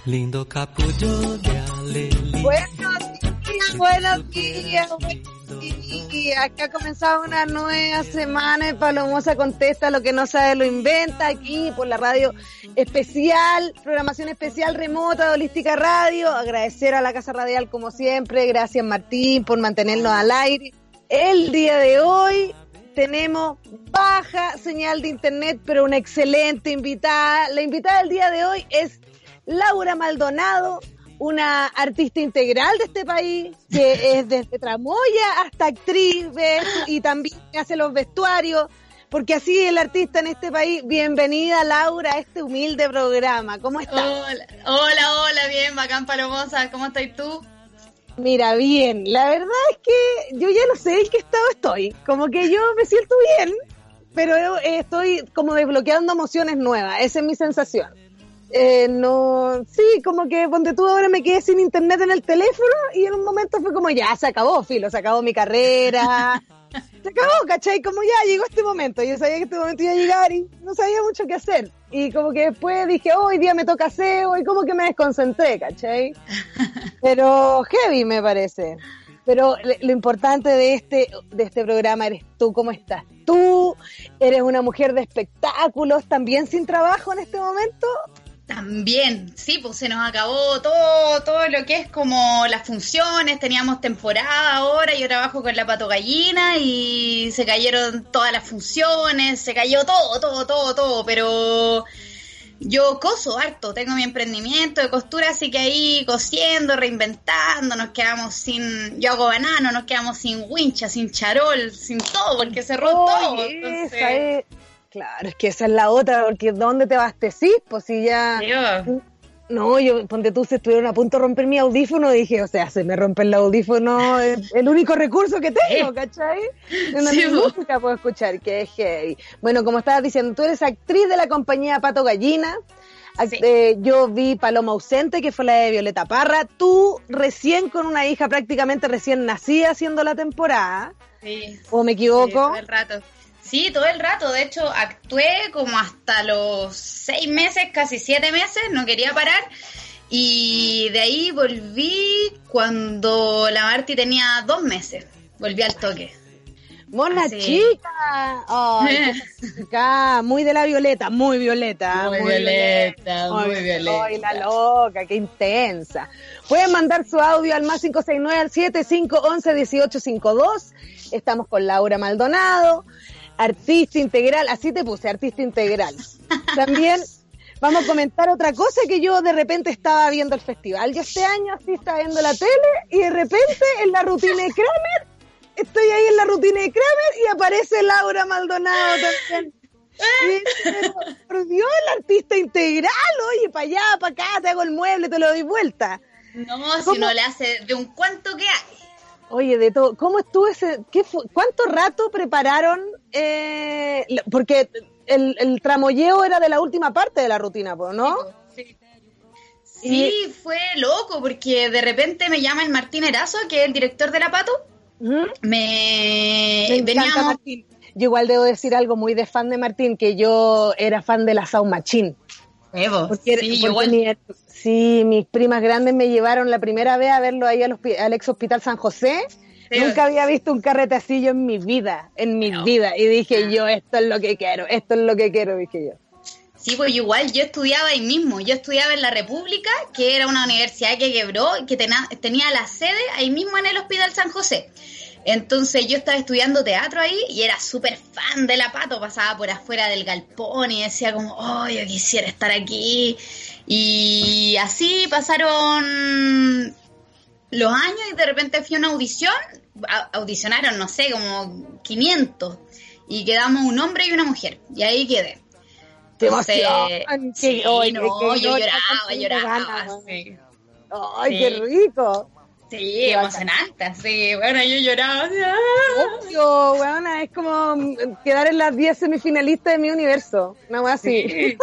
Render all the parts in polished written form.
Lindo capullo de alegría. Buenos días. Acá comenzaba una nueva semana de Palomosa Contesta, lo que no sabe lo inventa, aquí por la radio especial, programación especial remota de Holística Radio. Agradecer a la Casa Radial como siempre, gracias Martín por mantenernos al aire. El día de hoy tenemos baja señal de internet, pero una excelente invitada. La invitada del día de hoy es Laura Maldonado, una artista integral de este país, que es desde tramoya hasta actriz, ¿ves? Y también hace los vestuarios, porque así es el artista en este país. Bienvenida, Laura, a este humilde programa. ¿Cómo estás? Hola, bien, bacán, Palomosa. ¿Cómo estás tú? Mira, bien. La verdad es que yo ya no sé en qué estado estoy. Como que yo me siento bien, pero estoy como desbloqueando emociones nuevas. Esa es mi sensación. Sí, como que ponte tú, ahora me quedé sin internet en el teléfono y en un momento fue como ya, se acabó mi carrera, se acabó, ¿cachai? Como ya llegó este momento, yo sabía que este momento iba a llegar y no sabía mucho qué hacer, y como que después dije, hoy día me toca aseo, y como que me desconcentré, ¿cachai? Pero heavy me parece. Pero lo importante de este programa eres tú, ¿cómo estás? Tú eres una mujer de espectáculos, también sin trabajo en este momento. También, sí, pues se nos acabó todo lo que es como las funciones, teníamos temporada ahora, yo trabajo con la Pato Gallina y se cayeron todas las funciones, se cayó todo, pero yo coso harto, tengo mi emprendimiento de costura, así que ahí cosiendo, reinventando, yo hago banano, nos quedamos sin wincha, sin charol, sin todo, porque cerró todo. Entonces... Claro, es que esa es la otra, porque ¿dónde te abastecís? Pues si ya... Dios. No, ponte tú, se estuvieron a punto de romper mi audífono, y dije, o sea, se me rompe el audífono, es el único recurso que tengo, ¿cachai? No sí, música puedo escuchar, que es heavy. Bueno, como estabas diciendo, tú eres actriz de la compañía Pato Gallina. Sí. Yo vi Paloma Ausente, que fue la de Violeta Parra. Tú recién con una hija prácticamente recién nacida haciendo la temporada. Sí. ¿O me equivoco? Sí, todo el rato. Sí, todo el rato. De hecho, actué como hasta los 6 meses, casi 7 meses, no quería parar. Y de ahí volví cuando la Marti tenía 2 meses. Volví al toque. ¡Mona chica! ¡Ay, chica! Muy de la Violeta, muy Violeta. Muy Violeta. ¡Ay, la loca! ¡Qué intensa! Pueden mandar su audio al más 569 al 7511-1852. Estamos con Laura Maldonado, artista integral, así te puse, artista integral. También vamos a comentar otra cosa, que yo de repente estaba viendo el festival. Yo este año así estaba viendo la tele y de repente en la rutina de Kramer, estoy ahí en la rutina de Kramer y aparece Laura Maldonado también. Pero, por Dios, el artista integral, oye, para allá, para acá, te hago el mueble, te lo doy vuelta. No, si no le hace de un cuento que hay. Oye, de todo, ¿cómo estuvo ese? ¿Cuánto rato prepararon? Porque el tramoyeo era de la última parte de la rutina, ¿no? Sí, fue loco, porque de repente me llama el Martín Erazo, que es el director de la Pato. Me encanta Martín. Yo igual debo decir algo muy de fan de Martín, que yo era fan de la Sound Machine. Sí, mis primas grandes me llevaron la primera vez a verlo ahí al ex hospital San José. Sí, nunca había visto un carrete así yo en mi vida. Y dije yo, esto es lo que quiero, dije yo. Sí, pues igual yo estudiaba ahí mismo, yo estudiaba en la República, que era una universidad que quebró, que tenía la sede ahí mismo en el hospital San José. Entonces yo estaba estudiando teatro ahí y era súper fan de la Pato, pasaba por afuera del galpón y decía como, oh, yo quisiera estar aquí. Y así pasaron los años y de repente fui a una audición, audicionaron, no sé, como 500, y quedamos un hombre y una mujer, y ahí quedé. Entonces, sí, yo lloraba. Sí. ¡Ay, sí. Qué rico! Sí, qué emocionante, sí, bueno, yo lloraba. Obvio, bueno, es como quedar en las 10 semifinalistas de mi universo, una wea así. Sí.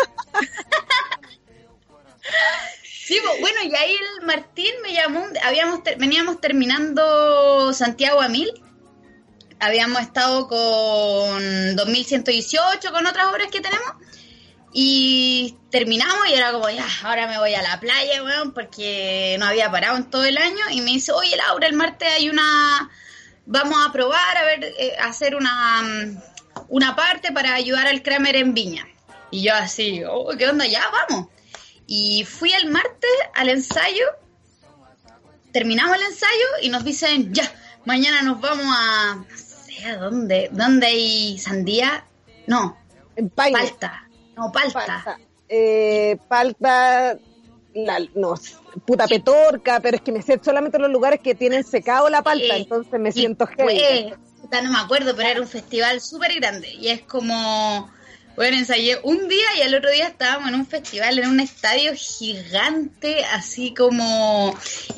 Sí, bueno, y ahí el Martín me llamó, veníamos terminando Santiago a 1000, habíamos estado con 2118, con otras obras que tenemos, Y terminamos y era como, ya, ahora me voy a la playa, weón, porque no había parado en todo el año. Y me dice, oye, Laura, el martes hay vamos a probar, a ver, hacer una parte para ayudar al Kramer en Viña. Y yo así, oh, ¿qué onda? Ya, vamos. Y fui el martes al ensayo, terminamos el ensayo y nos dicen, ya, mañana nos vamos a, no sé, ¿a dónde? ¿Dónde hay sandía? No, En Paine. palta. No, palta. Palta, no, puta Petorca, pero es que me sé solamente los lugares que tienen secado la palta, entonces me siento heavy. No me acuerdo, pero era un festival súper grande y es como, bueno, ensayé un día y al otro día estábamos en un festival, en un estadio gigante, así como,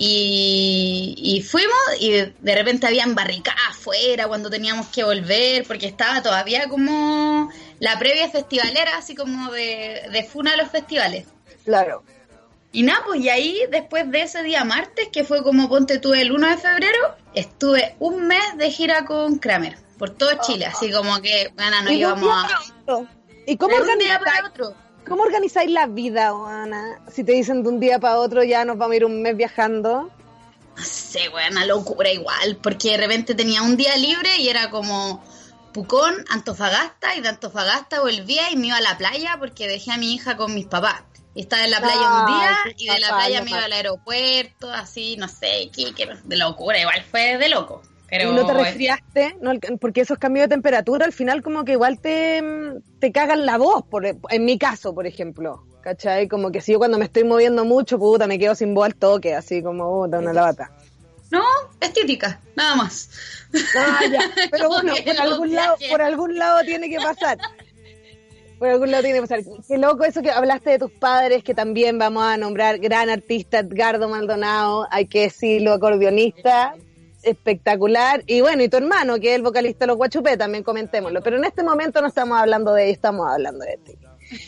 y fuimos y de repente habían barricadas afuera cuando teníamos que volver, porque estaba todavía como la previa festivalera, así como de funa a los festivales. Claro. Y nada, pues y ahí, después de ese día martes, que fue como ponte tú el 1 de febrero, estuve un mes de gira con Kramer, por todo Chile, así como que, bueno, nos íbamos a... ¿Y cómo organizáis la vida, Ana? Si te dicen de un día para otro ya nos vamos a ir un mes viajando. No sé, bueno, locura igual, porque de repente tenía un día libre y era como Pucón, Antofagasta, y de Antofagasta volvía y me iba a la playa porque dejé a mi hija con mis papás. Y estaba en la playa un día y de la playa me iba al aeropuerto, así, no sé, qué de locura, igual fue de loco. Pero ¿y no te resfriaste? ¿No? Porque esos cambios de temperatura al final como que igual te cagan la voz, en mi caso, por ejemplo, ¿cachai? Como que si yo cuando me estoy moviendo mucho, puta, me quedo sin voz al toque, así como, puta, una lavata. No, estética, nada más. Ah, ya, pero bueno, por algún lado tiene que pasar. Por algún lado tiene que pasar. Qué loco eso que hablaste de tus padres, que también vamos a nombrar gran artista, Edgardo Maldonado, hay que decirlo, acordeonista, espectacular. Y bueno, y tu hermano, que es el vocalista de Los Guachupé, también comentémoslo. Pero en este momento no estamos hablando de él, estamos hablando de ti.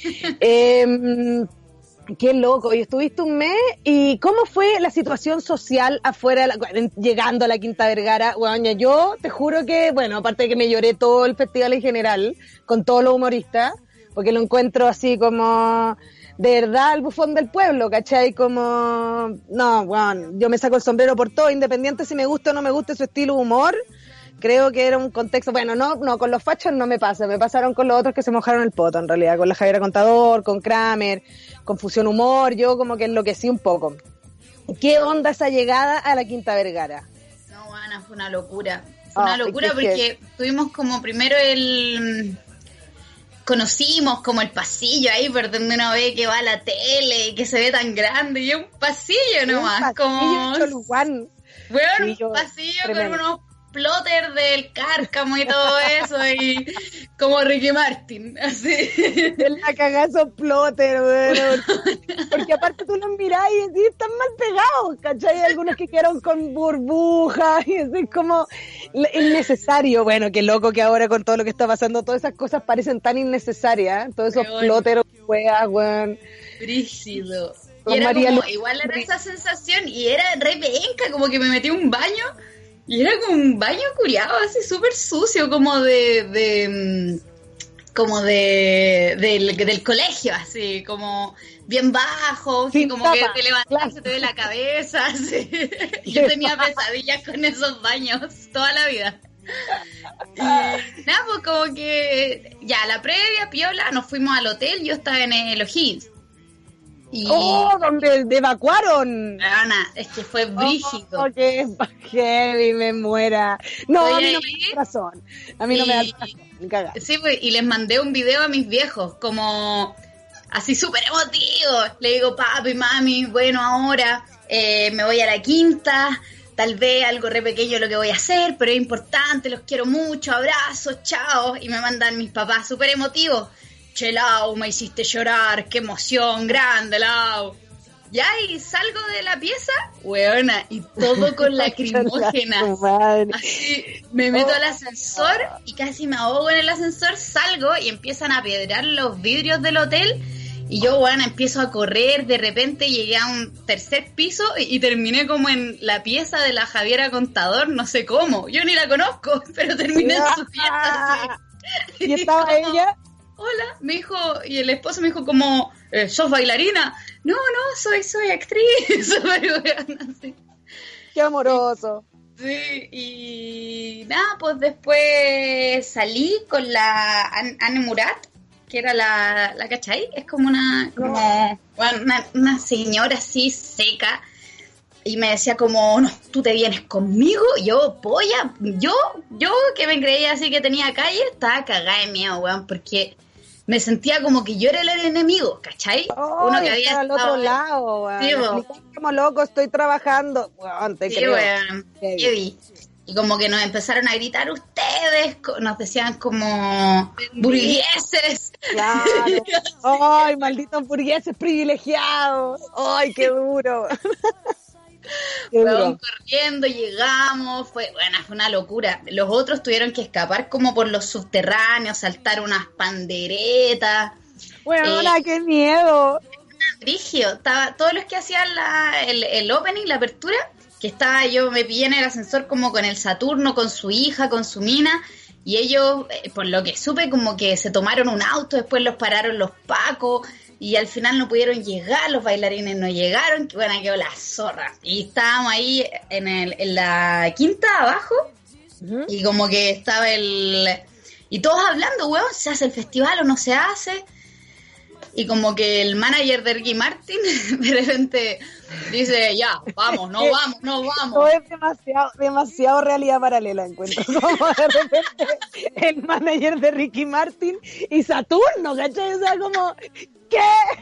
Qué loco. Y estuviste un mes, ¿y cómo fue la situación social afuera, llegando a la Quinta Vergara? Bueno, yo te juro que, bueno, aparte de que me lloré todo el festival en general, con todos los humoristas, porque lo encuentro así como, de verdad, el bufón del pueblo, ¿cachai? Como, no, bueno, yo me saco el sombrero por todo, independiente si me gusta o no me gusta su estilo de humor. Creo que era un contexto, bueno, no, con los fachos no me pasa, me pasaron con los otros que se mojaron el poto, en realidad, con la Javiera Contador, con Kramer, con Fusión Humor, yo como que enloquecí un poco. ¿Qué onda esa llegada a la Quinta Vergara? No, Ana, fue una locura. Fue una locura porque tuvimos como primero conocimos como el pasillo ahí por donde uno ve que va la tele y que se ve tan grande, y es un pasillo nomás, como... Cholguán. Bueno, un pasillo tremendo, con unos plotter del Cárcamo y todo eso, y como Ricky Martin, así. El cagazo plotter, bueno, porque aparte tú los mirás y decís, están mal pegados, ¿cachai? Hay algunos que quedaron con burbujas, y es como innecesario. Bueno, qué loco que ahora con todo lo que está pasando, todas esas cosas parecen tan innecesarias, todos esos plotters, weas, weón. Brígido. Y era como, igual era esa sensación, y era re penca, como que me metí un baño, y era como un baño curiado, así súper sucio, como del colegio, así, como bien bajo, así, como que te levantas, se te ve la cabeza, así. Yo tenía pesadillas con esos baños toda la vida. Y nada, pues como que ya la previa, piola, nos fuimos al hotel, yo estaba en el O'Higgins. Donde evacuaron. Ana, es que fue brígido. Que heavy, me muera. No, a mí no me da razón. A mí no me da razón. Sí, pues, y les mandé un video a mis viejos, como así súper emotivo. Le digo, papi, mami, bueno, ahora me voy a la Quinta. Tal vez algo re pequeño lo que voy a hacer, pero es importante, los quiero mucho, abrazos, chao. Y me mandan mis papás súper emotivos. Che, Lau, me hiciste llorar, qué emoción grande, Lau. Ya, y salgo de la pieza, weona, y todo con lacrimógenas. Así, me meto al ascensor y casi me ahogo en el ascensor, salgo y empiezan a piedrar los vidrios del hotel. Y yo, weona, empiezo a correr, de repente llegué a un tercer piso y terminé como en la pieza de la Javiera Contador, no sé cómo. Yo ni la conozco, pero terminé en su fiesta así. ¿Y estaba ella? hola, me dijo, y el esposo me dijo como, ¿sos bailarina? No, soy actriz. Así. Qué amoroso. Sí, y nada, pues después salí con la Anne Murat, que era la ¿cachai? Es como una señora así seca, y me decía como, no, tú te vienes conmigo, yo, polla, yo que me creía así que tenía calle, estaba cagada de miedo, weón, porque me sentía como que yo era el enemigo, ¿cachai? Uno que había estado al otro lado, weón. Sí, como loco, estoy trabajando, weón, te creo. Weón, ¿qué vi? Y como que nos empezaron a gritar ustedes, nos decían como burgueses. Claro. Ay, malditos burgueses privilegiados. Ay, qué duro. Fueron corriendo, llegamos, fue una locura. Los otros tuvieron que escapar como por los subterráneos, saltar unas panderetas. Bueno, qué miedo. Brigio, estaba todos los que hacían el opening, la apertura, que estaba, yo me pillé en el ascensor como con el Saturno, con su hija, con su mina, y ellos, por lo que supe, como que se tomaron un auto, después los pararon los pacos, y al final no pudieron llegar, los bailarines no llegaron, que bueno, quedó la zorra. Y estábamos ahí en la quinta abajo, y como que estaba y todos hablando, weón, ¿se hace el festival o no se hace? Y como que el manager de Ricky Martin de repente dice, ya, vamos. Todo es demasiado realidad paralela, encuentro. Como de repente el manager de Ricky Martin y Saturno, ¿cachai? O sea, como, ¿qué?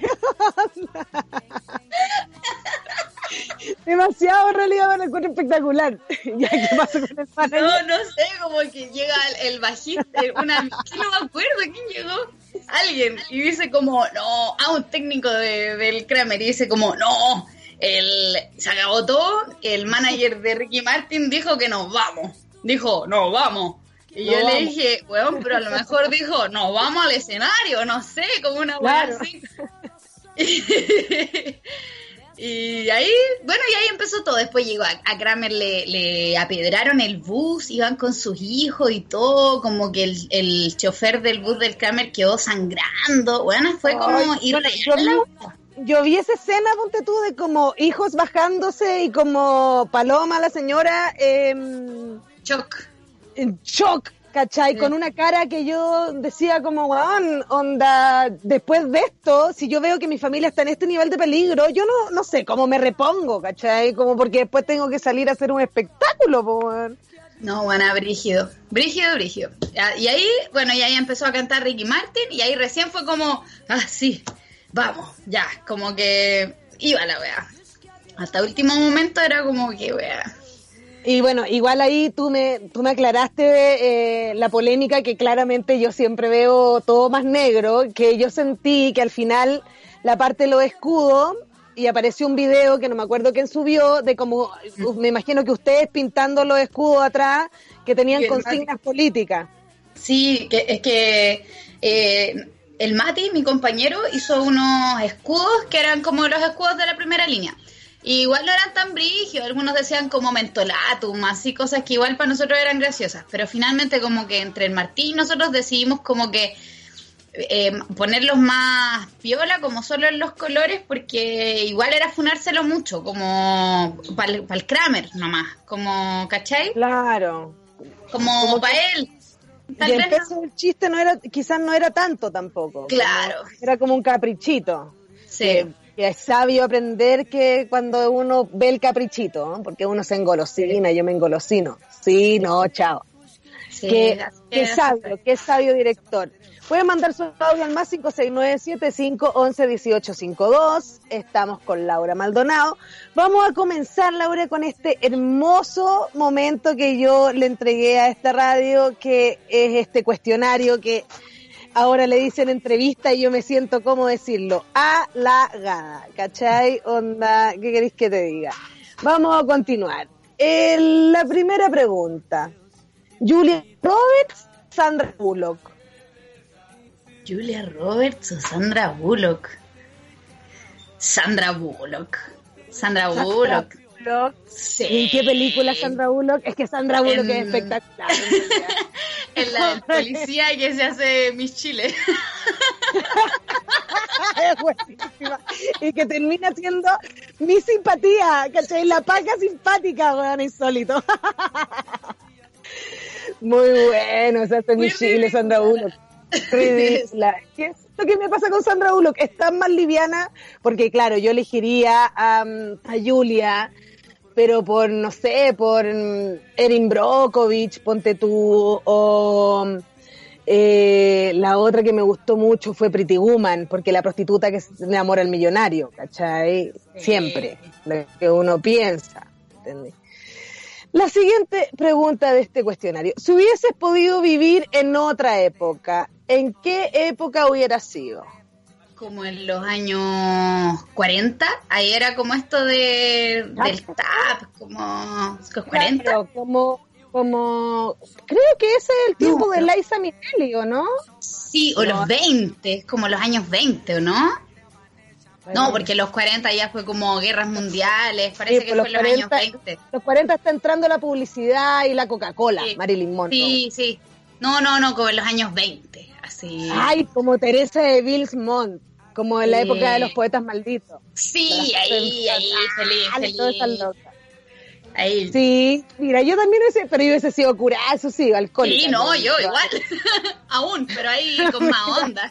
Demasiado realidad paralela, encuentro espectacular. ¿Ya qué pasó con el manager? No sé, como que llega el bajista, no me acuerdo quién llegó. Alguien, y dice como, no, un técnico del Kramer, y dice como, no, se acabó todo, el manager de Ricky Martin dijo que nos vamos, y yo le dije, weón, pero a lo mejor dijo, nos vamos al escenario, no sé, como una weá así. Y ahí empezó todo. Después llegó a Kramer, le apedraron el bus, iban con sus hijos y todo, como que el chofer del bus del Kramer quedó sangrando. Bueno, fue como irreal. Yo vi esa escena, ponte tú, de como hijos bajándose y como Paloma, la señora, en shock, ¿cachai? Sí. Con una cara que yo decía como, weón, onda, después de esto, si yo veo que mi familia está en este nivel de peligro, yo no sé cómo me repongo, ¿cachai? Como porque después tengo que salir a hacer un espectáculo, weón. No, bueno, brígido. Y ahí, bueno, y ahí empezó a cantar Ricky Martin, y ahí recién fue como, sí, vamos, ya, como que iba la wea. Hasta último momento era como que wea. Y bueno, igual ahí tú me aclaraste la polémica, que claramente yo siempre veo todo más negro, que yo sentí que al final la parte de los escudos, y apareció un video que no me acuerdo quién subió, de como, me imagino que ustedes pintando los escudos atrás, que tenían consignas políticas. Sí, es que el Mati, mi compañero, hizo unos escudos que eran como los escudos de la primera línea. Y igual no eran tan brígidos, algunos decían como mentolatum, así cosas que igual para nosotros eran graciosas, pero finalmente como que entre el Martín y nosotros decidimos como que ponerlos más piola, como solo en los colores, porque igual era funárselo mucho, como para el Kramer nomás, como, ¿cachai? Claro. Como para él. Y el peso del chiste quizás no era tanto tampoco. Claro. Era como un caprichito. Sí. Que es sabio aprender que cuando uno ve el caprichito, ¿no? Porque uno se engolosina, yo me engolosino. Sí, no, chao. Sí, qué sabio director. Pueden mandar su audio al más 569-7511-1852. Estamos con Laura Maldonado. Vamos a comenzar, Laura, con este hermoso momento que yo le entregué a esta radio, que es este cuestionario que ahora le dicen entrevista y yo me siento, ¿cómo decirlo? Halagada, ¿cachai? Onda, ¿qué queréis que te diga? Vamos a continuar. La primera pregunta. Julia Roberts, Sandra Bullock. Julia Roberts o Sandra Bullock. Sandra Bullock. Sí. ¿En qué película Sandra Bullock? Es que Sandra Bullock es espectacular. Es la del policía que se hace Miss Chile. Es buenísima. Y que termina siendo mi simpatía, ¿cachai? La paca simpática, weón, insólito. Muy bueno, se hace Miss Chile, Sandra Bullock. Ridícula. ¿Qué es lo que me pasa con Sandra Bullock? Es tan más liviana, porque claro, yo elegiría a Julia, pero por, no sé, por Erin Brockovich, ponte tú, o la otra que me gustó mucho fue Pretty Woman, porque la prostituta que se enamora al millonario, ¿cachai? Siempre, lo que uno piensa, ¿entendés? La siguiente pregunta de este cuestionario. Si hubieses podido vivir en otra época, ¿en qué época hubiera sido? Como en los años 40, ahí era como esto del tap, como los 40. Claro, como creo que ese es el tiempo de Liza Minnelli, ¿o no? Sí, o los 20, como los años 20, ¿o no? Bueno. No, porque los 40 ya fue como guerras mundiales, parece que fue los años 20. Los 40 está entrando la publicidad y la Coca-Cola, sí. Marilyn Monroe. Sí, sí. No, como en los años 20, así. Ay, como Teresa de Bilsmont, como en la época de los poetas malditos. Sí, ahí, feliz. Ahí. Sí, mira, yo también pero yo hubiese sido curada, eso sí, alcohólica. Sí, no, yo igual, aún, pero ahí con más onda.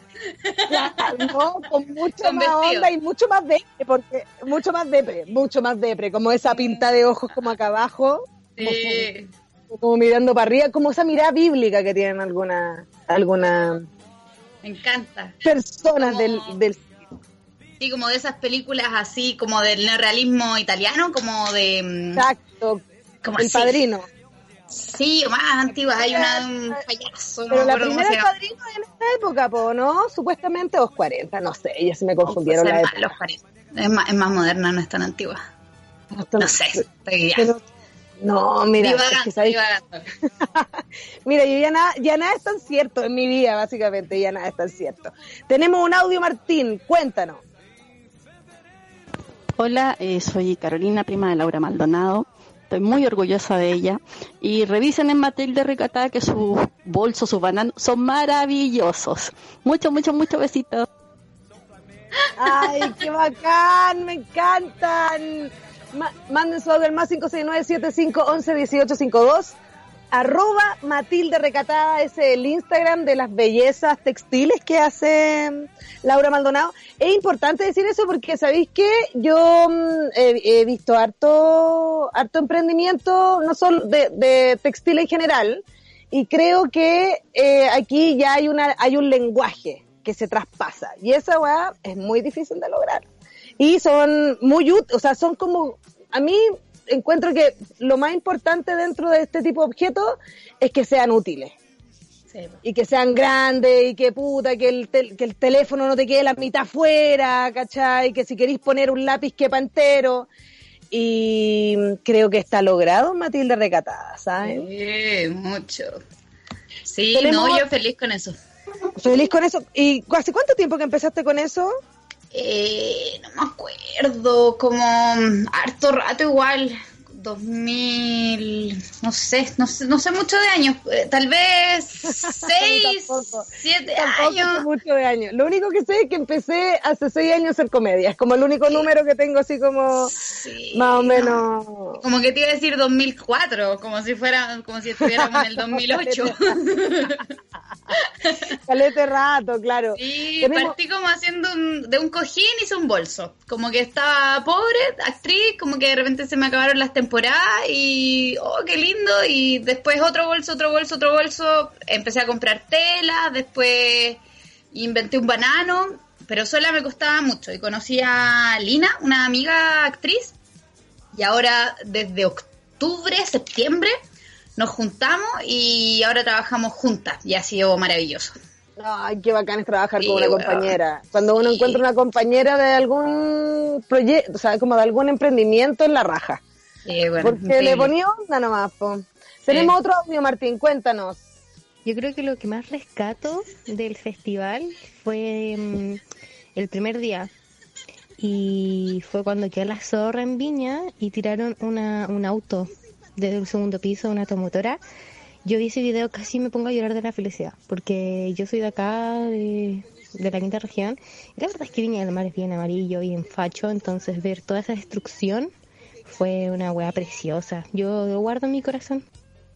No, con mucho más onda y mucho más depre, porque mucho más depre, como esa pinta de ojos como acá abajo, sí. como mirando para arriba, como esa mirada bíblica que tienen alguna me encanta. Personas como... del Sí, como de esas películas así, como del neorrealismo italiano, como de... Exacto, como El Padrino. Sí, más antiguas, hay un payaso. Pero la primera El Padrino en esta época, ¿no? Supuestamente los 40, no sé, ellos se me confundieron la época. Los 40. Es más moderna, no es tan antigua. No sé, estoy ya... No, mira, divagando. Mira, yo ya nada es tan cierto en mi vida, básicamente, ya nada es tan cierto. Tenemos un audio, Martín, cuéntanos. Hola, soy Carolina, prima de Laura Maldonado. Estoy muy orgullosa de ella. Y revisen en Matilde Recatada que sus bolsos, sus bananos son maravillosos. Muchos besitos. ¡Ay, qué bacán! ¡Me encantan! Manden su audio al más 569-7511-1852. @Matilde Recatada, ese es el Instagram de las bellezas textiles que hace Laura Maldonado. Es importante decir eso porque, ¿sabéis qué? Yo he visto harto emprendimiento, no solo de textil en general, y creo que aquí ya hay un lenguaje que se traspasa, y esa weá es muy difícil de lograr. Y son muy útiles, o sea, son como, a mí encuentro que lo más importante dentro de este tipo de objetos es que sean útiles. Sí. Y que sean grandes, y que que el teléfono no te quede la mitad fuera, ¿cachai? Que si queréis poner un lápiz quepa entero. Y creo que está logrado, Matilde Recatada, ¿sabes? Sí, mucho. Sí, yo feliz con eso. Feliz con eso. ¿Y hace cuánto tiempo que empezaste con eso? No me acuerdo, como harto rato igual, 2000, no sé mucho de años, tal vez 6, 7 años. Mucho de años. Lo único que sé es que empecé hace 6 años a hacer comedia, es como el único número que tengo así como más o menos. Como que te iba a decir 2004, como si estuviéramos en el 2008. Calete rato, claro. Sí, partí como haciendo de un cojín, hice un bolso. Como que estaba pobre, actriz, como que de repente se me acabaron las temporadas y qué lindo, y después otro bolso, empecé a comprar tela, después inventé un banano, pero sola me costaba mucho, y conocí a Lina, una amiga actriz, y ahora desde septiembre nos juntamos y ahora trabajamos juntas, y ha sido maravilloso. Ay, qué bacán es trabajar con una compañera. Cuando uno encuentra una compañera de algún proyecto, o sea, como de algún emprendimiento, en la raja. Sí, bueno, porque le ponía onda nomás, po. Tenemos otro audio, Martín, cuéntanos. Yo creo que lo que más rescato del festival fue el primer día. Y fue cuando quedó la zorra en Viña y tiraron un auto desde el segundo piso, una automotora. yo vi ese video casi me pongo a llorar de la felicidad, porque yo soy de acá, de la quinta región, y la verdad es que Viña del Mar es bien amarillo, bien facho, entonces ver toda esa destrucción fue una weá preciosa. Yo lo guardo en mi corazón.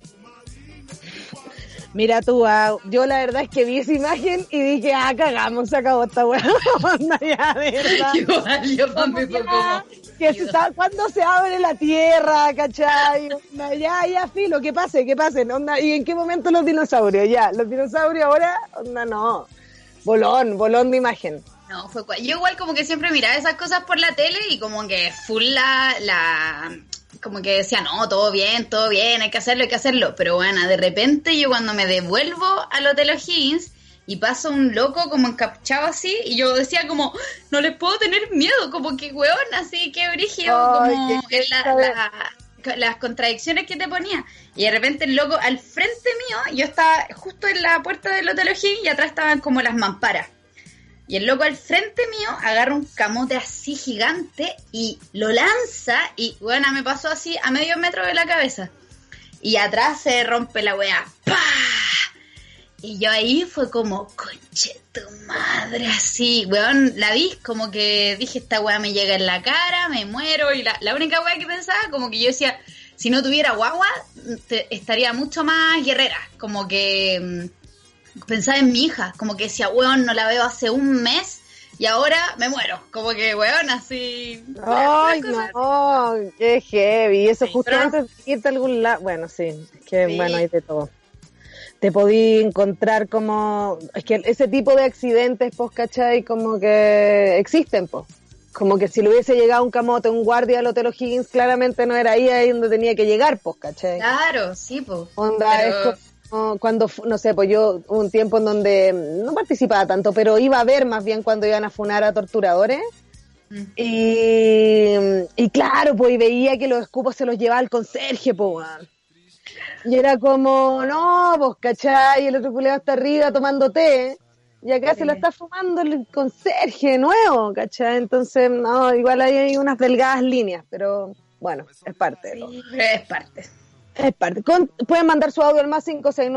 Mira tú, yo la verdad es que vi esa imagen y dije, cagamos, se acabó esta weá. Onda, ya, de verdad. Igual, yo también fue como... ¿Cuándo se abre la tierra, cachai? Onda, ya, filo, que pase, onda, ¿y en qué momento los dinosaurios? Ya, los dinosaurios ahora, onda, no. Bolón de imagen. No, yo igual como que siempre miraba esas cosas por la tele y como que full como que decía, no, todo bien, hay que hacerlo. Pero bueno, de repente yo cuando me devuelvo al Hotel O'Higgins y paso un loco como encapuchado así, y yo decía como, no les puedo tener miedo, como que weón, así que brígido, como las contradicciones que te ponía. Y de repente el loco al frente mío, yo estaba justo en la puerta del Hotel O'Higgins y atrás estaban como las mamparas. Y el loco al frente mío agarra un camote así gigante y lo lanza y, bueno, me pasó así a medio metro de la cabeza. Y atrás se rompe la weá. ¡Pah! Y yo ahí fue como, conche tu madre, así, weón, la vi, como que dije, esta weá me llega en la cara, me muero. Y la única weá que pensaba, como que yo decía, si no tuviera guagua, estaría mucho más guerrera. Como que... pensaba en mi hija, como que decía, weón, no la veo hace un mes y ahora me muero, como que weón, así. Ay, no, qué heavy, eso sí, justo antes de irte a algún lado, bueno, sí, es que sí. Bueno, hay de todo. Te podí encontrar como, es que ese tipo de accidentes, pues, ¿cachai? Como que existen, pues. Como que si le hubiese llegado un camote, un guardia al Hotel O'Higgins, claramente no era ahí donde tenía que llegar, pues, ¿cachai? Claro, sí, pues. Onda, pero... es como cuando, no sé, pues yo hubo un tiempo en donde no participaba tanto, pero iba a ver más bien cuando iban a funar a torturadores. Y claro, pues y veía que los escupos se los llevaba el conserje, pues. Y era como, no, pues, ¿cachai? Y el otro culiado está arriba tomando té. Y acá se lo está fumando el conserje nuevo, ¿cachai? Entonces, no, igual ahí hay unas delgadas líneas, pero bueno, es parte. Sí, es parte. Es parte. Pueden mandar su audio al más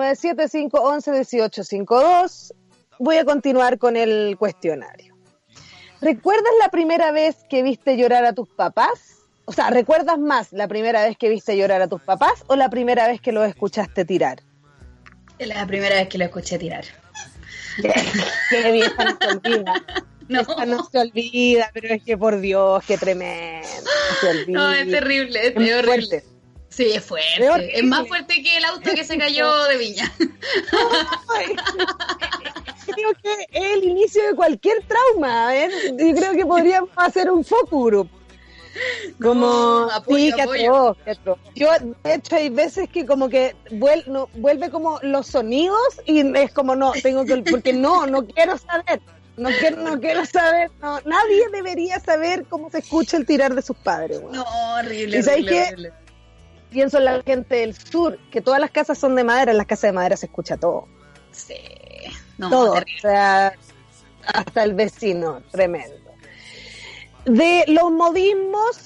569-7511-1852. Voy a continuar con el cuestionario. ¿Recuerdas la primera vez que viste llorar a tus papás? O sea, ¿recuerdas más la primera vez que viste llorar a tus papás o la primera vez que los escuchaste tirar? La primera vez que lo escuché tirar. Qué vieja no se olvida. No. Esta no se olvida, pero es que por Dios, qué tremendo. No se olvida. No, es terrible, es horrible. Fuerte. Sí, es fuerte. Es más fuerte que el auto que se cayó de Viña. Creo que es el inicio de cualquier trauma. Yo creo que podríamos hacer un focus group. Como, apoyo. Yo, de hecho, hay veces que como que vuelve como los sonidos y es como, no, tengo que, porque no quiero saber. No quiero saber, nadie debería saber cómo se escucha el tirar de sus padres. Bueno. No, horrible. ¿Y sabes qué? Pienso en la gente del sur, que todas las casas son de madera, en las casas de madera se escucha todo. Sí, no, todo, terrible. O sea, hasta el vecino, tremendo. De los modismos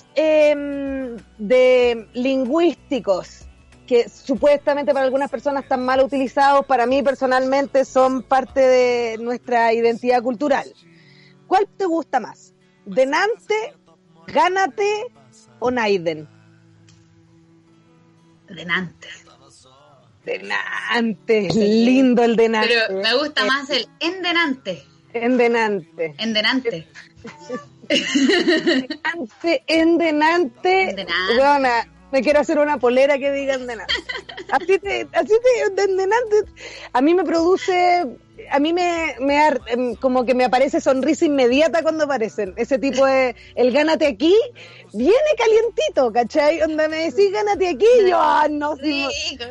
de lingüísticos, que supuestamente para algunas personas están mal utilizados, para mí personalmente son parte de nuestra identidad cultural. ¿Cuál te gusta más? ¿Denante, gánate o naiden? Denante. Denante, lindo el denante. Pero me gusta más el endenante. Endenante. Endenante. Endenante. Bueno, me quiero hacer una polera que diga endenante. Así te endenante. A mí me produce, como que me aparece sonrisa inmediata cuando aparecen. Ese tipo de, el gánate aquí, viene calientito, ¿cachai? Donde me decís gánate aquí, yo, no, sí.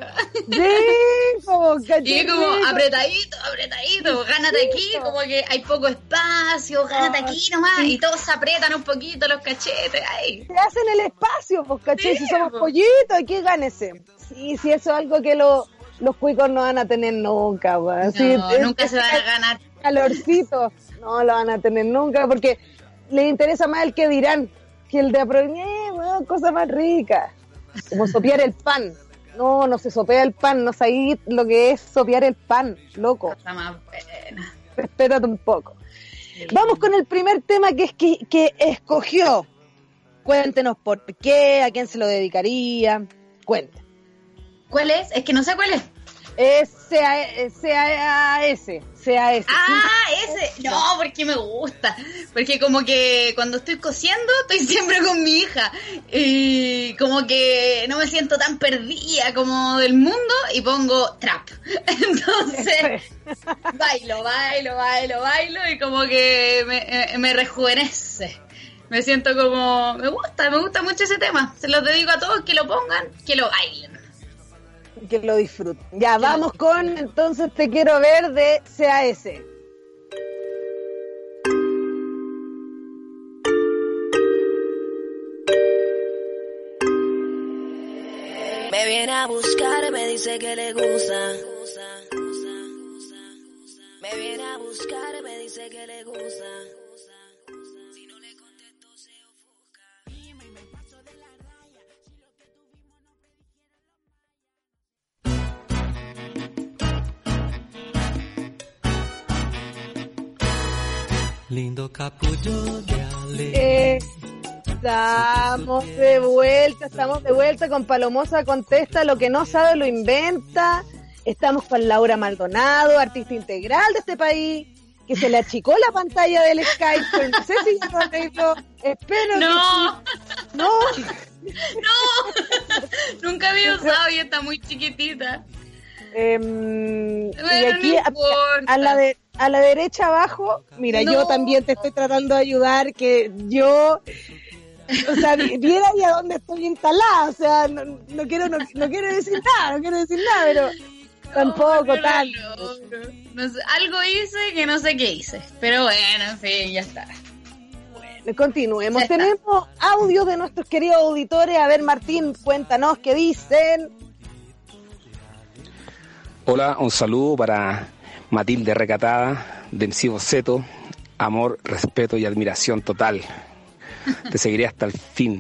Rico, ¿cachai? Y como apretadito, gánate aquí, como que hay poco espacio, gánate aquí nomás, y todos se apretan un poquito los cachetes, ay. Se hacen el espacio, pues, ¿cachai? Sí, si somos pollitos, aquí gánese. Sí, eso es algo que los cuicos no van a tener nunca, no, sí, nunca se van a ganar. Calorcito, no lo van a tener nunca, porque les interesa más el que dirán que el de aprovechar, cosa más rica. Como sopiar el pan. No se sopea el pan, no sabéis lo que es sopear el pan, loco. Está más buena. Respétate un poco. Vamos con el primer tema que escogió. Cuéntenos por qué, a quién se lo dedicaría. Cuente. ¿Cuál es? Es que no sé cuál es. Es CAS. Ah, ese. No, porque me gusta. Porque como que cuando estoy cosiendo, estoy siempre con mi hija. Y como que no me siento tan perdida como del mundo y pongo trap. Entonces, bailo y como que me rejuvenece. Me siento como... Me gusta mucho ese tema. Se los dedico a todos, que lo pongan, que lo bailen. Que lo disfruten. Ya, vamos con entonces Te Quiero Ver de CAS. Me viene a buscar, me dice que le gusta. Me viene a buscar, me dice que le gusta. Si no le contesto se ofusca. Y me paso de la raya. Si lo que tuvimos no predijeron. Lindo capullo de alegría. Estamos de vuelta con Palomosa Contesta, lo que no sabe lo inventa. Estamos con Laura Maldonado, artista integral de este país, que se le achicó la pantalla del Skype, pero no sé si ya lo arregló. Espero No. que sí. No. Nunca había usado y está muy chiquitita. Y Bueno, aquí no a la derecha abajo, mira, No. yo también te estoy tratando de ayudar, que yo, o sea, viera ahí a dónde estoy instalada, o sea, no quiero decir nada, pero tampoco no, tanto. No sé, algo hice que no sé qué hice, pero bueno, en fin, ya está. Continuemos. Ya está. Tenemos audio de nuestros queridos auditores. A ver, Martín, cuéntanos qué dicen. Hola, un saludo para Matilde Recatada, de MC Boceto. Amor, respeto y admiración total. Te seguiré hasta el fin.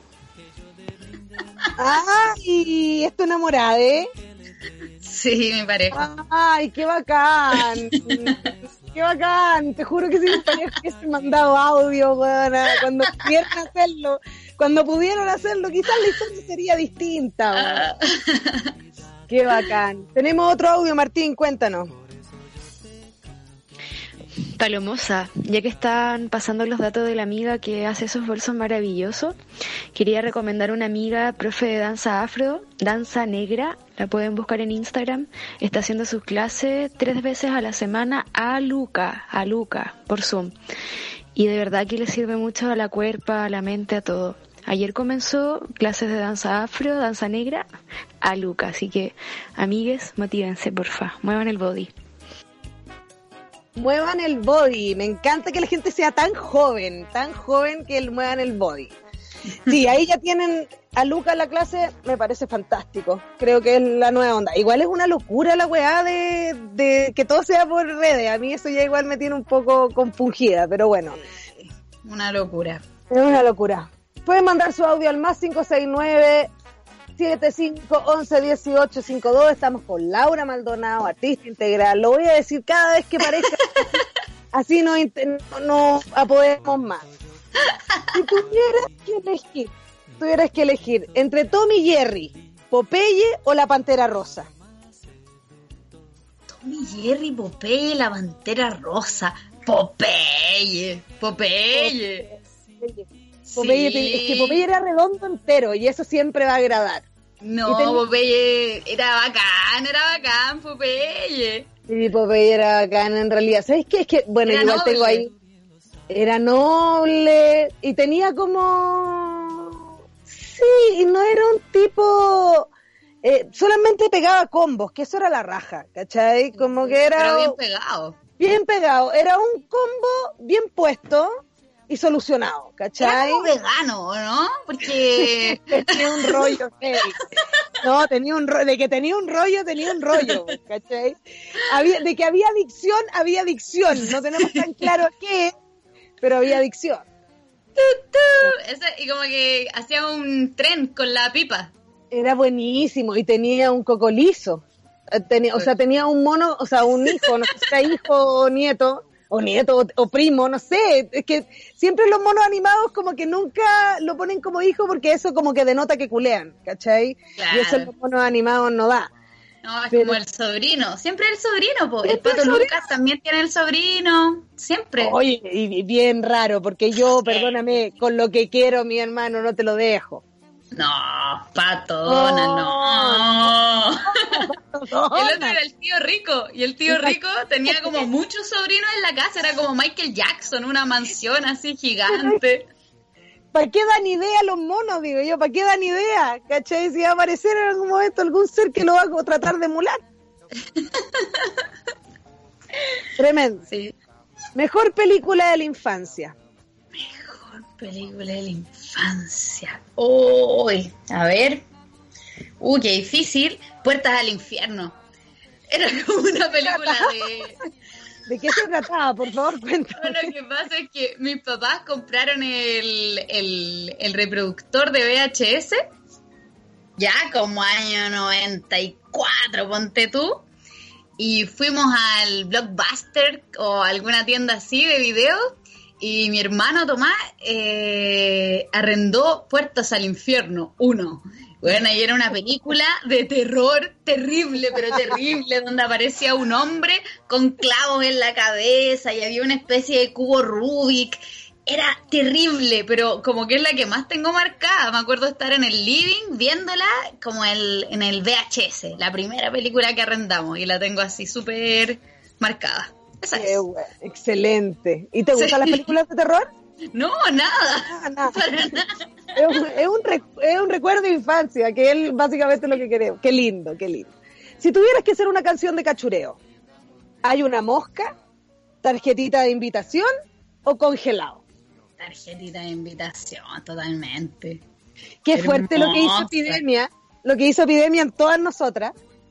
Ay, es tu enamorada, ¿eh? Sí, mi pareja. Ay, qué bacán. Qué bacán. Te juro que si mi pareja hubiese mandado audio, weona, cuando pudieron hacerlo, quizás la historia sería distinta, weona. Qué bacán. Tenemos otro audio, Martín, cuéntanos. Palomosa, ya que están pasando los datos de la amiga que hace esos bolsos maravillosos, quería recomendar una amiga, profe de danza afro, danza negra, la pueden buscar en Instagram, está haciendo sus clases 3 veces a la semana a Luca, por Zoom. Y de verdad que le sirve mucho a la cuerpa, a la mente, a todo. Ayer comenzó clases de danza afro, danza negra, a Luca, así que amigues, motívense, porfa, muevan el body. Muevan el body. Me encanta que la gente sea tan joven que muevan el body. Sí, ahí ya tienen a Luca en la clase, me parece fantástico. Creo que es la nueva onda. Igual es una locura la weá de que todo sea por redes. A mí eso ya igual me tiene un poco compungida, pero bueno. Una locura. Es una locura. Pueden mandar su audio al más 569-7511-1852. Estamos con Laura Maldonado, artista integral. Lo voy a decir cada vez que parezca. Así no apoderamos más. Si tuvieras que elegir entre Tom y Jerry, Popeye o la Pantera Rosa. Tom y Jerry, Popeye, la Pantera Rosa. Popeye. Popeye, Sí. es que Popeye era redondo entero y eso siempre va a agradar. No, Y Popeye era bacán, Popeye. Sí, Popeye era bacán en realidad. ¿Sabes qué? Es que, bueno, Era igual noble. tengo ahí. Era noble y tenía como... Sí, no era un tipo... solamente pegaba combos, que eso era la raja, ¿cachai? Como que era... Pero bien pegado. Bien pegado. Era un combo bien puesto y solucionado, Era ¿cachai? como vegano, ¿no? Porque... Tenía un rollo, hey. No, tenía un rollo, tenía un rollo, ¿cachai? De que había adicción, no tenemos tan claro qué, pero había adicción. y como que hacía un tren con la pipa. Era buenísimo y tenía un coco liso. Tenía un mono, o sea, un hijo, no sé si era hijo o nieto o primo, no sé. Es que siempre los monos animados como que nunca lo ponen como hijo porque eso como que denota que culean, ¿cachai? Claro. Y eso en los monos animados no da. No, es como el sobrino. Siempre el sobrino, po. El Pato Lucas también tiene el sobrino. Siempre. Oye, y bien raro, porque yo, perdóname, con lo que quiero, mi hermano, no te lo dejo. No, Pato Donald, no. El otro era el tío Rico. Y el tío Rico tenía como muchos sobrinos en la casa. Era como Michael Jackson, una mansión así gigante. ¿Para qué dan idea los monos, digo yo? ¿Para qué dan idea? ¿Cachai? Si va a aparecer en algún momento algún ser que lo va a tratar de emular. Tremendo. Sí. Mejor película de la infancia. Mejor película de la infancia. Uy, a ver. Qué difícil. Puertas al infierno. Era como una película de... ¿De qué se trataba? Por favor, cuéntame. Lo que pasa es que mis papás compraron el reproductor de VHS, ya como año 94, ponte tú, y fuimos al Blockbuster o alguna tienda así de videos, y mi hermano Tomás arrendó Puertas al Infierno 1. Bueno, y era una película de terror terrible, pero terrible, donde aparecía un hombre con clavos en la cabeza y había una especie de cubo Rubik. Era terrible, pero como que es la que más tengo marcada. Me acuerdo estar en el living viéndola como en el VHS, la primera película que arrendamos, y la tengo así súper marcada. Esa es. Excelente. ¿Y te gustan las películas de terror? No, nada. Para nada. Es un recuerdo de infancia, que él básicamente es lo que queremos. Qué lindo, qué lindo. Si tuvieras que hacer una canción de cachureo, ¿hay una mosca, tarjetita de invitación o congelado? Tarjetita de invitación, totalmente. Qué fuerte lo que hizo Epidemia en todas nosotras.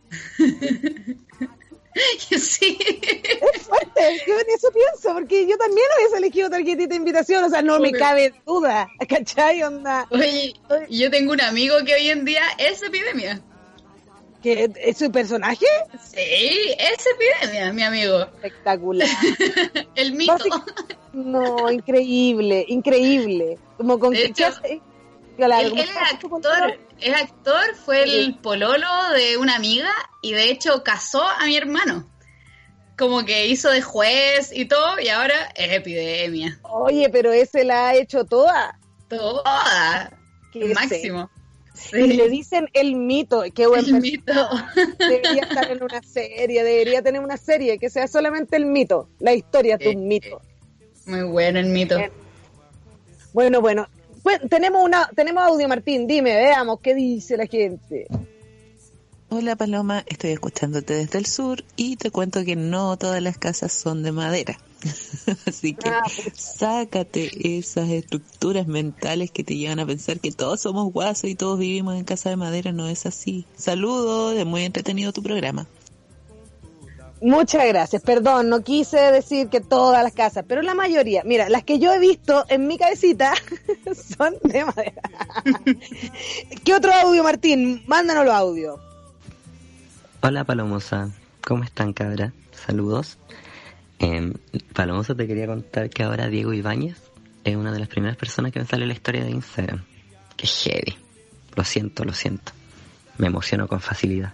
Sí. Es fuerte, yo en eso pienso, porque yo también hubiese elegido tarjetita de invitación, o sea, no me cabe duda, ¿cachai? Onda. Oye, yo tengo un amigo que hoy en día es Epidemia. ¿Que es su personaje? Sí, es Epidemia, mi amigo. Espectacular. El mito. No, increíble. Como con de hecho, él es actor, fue el pololo de una amiga y de hecho casó a mi hermano. Como que hizo de juez y todo, y ahora es Epidemia. Oye, pero ese la ha hecho toda. Toda. Qué máximo. Sí. Y le dicen el mito. Qué buen el mito. Debería estar en una serie, debería tener una serie que sea solamente el mito. La historia de un mito. Muy bueno el mito. Bueno. Tenemos audio, Martín. Dime, veamos qué dice la gente. Hola Paloma, estoy escuchándote desde el sur y te cuento que no todas las casas son de madera. Así que sácate esas estructuras mentales que te llevan a pensar que todos somos guasos y todos vivimos en casa de madera. No es así. Saludos, de muy entretenido tu programa. Muchas gracias, perdón, no quise decir que todas las casas, pero la mayoría, mira, las que yo he visto en mi cabecita son de madera. ¿Qué otro audio, Martín? Mándanos los audios. Hola Palomosa, ¿cómo están, cabra? Saludos. Palomosa, te quería contar que ahora Diego Ibáñez es una de las primeras personas que me sale en la historia de Instagram. Qué heavy. Lo siento. Me emociono con facilidad.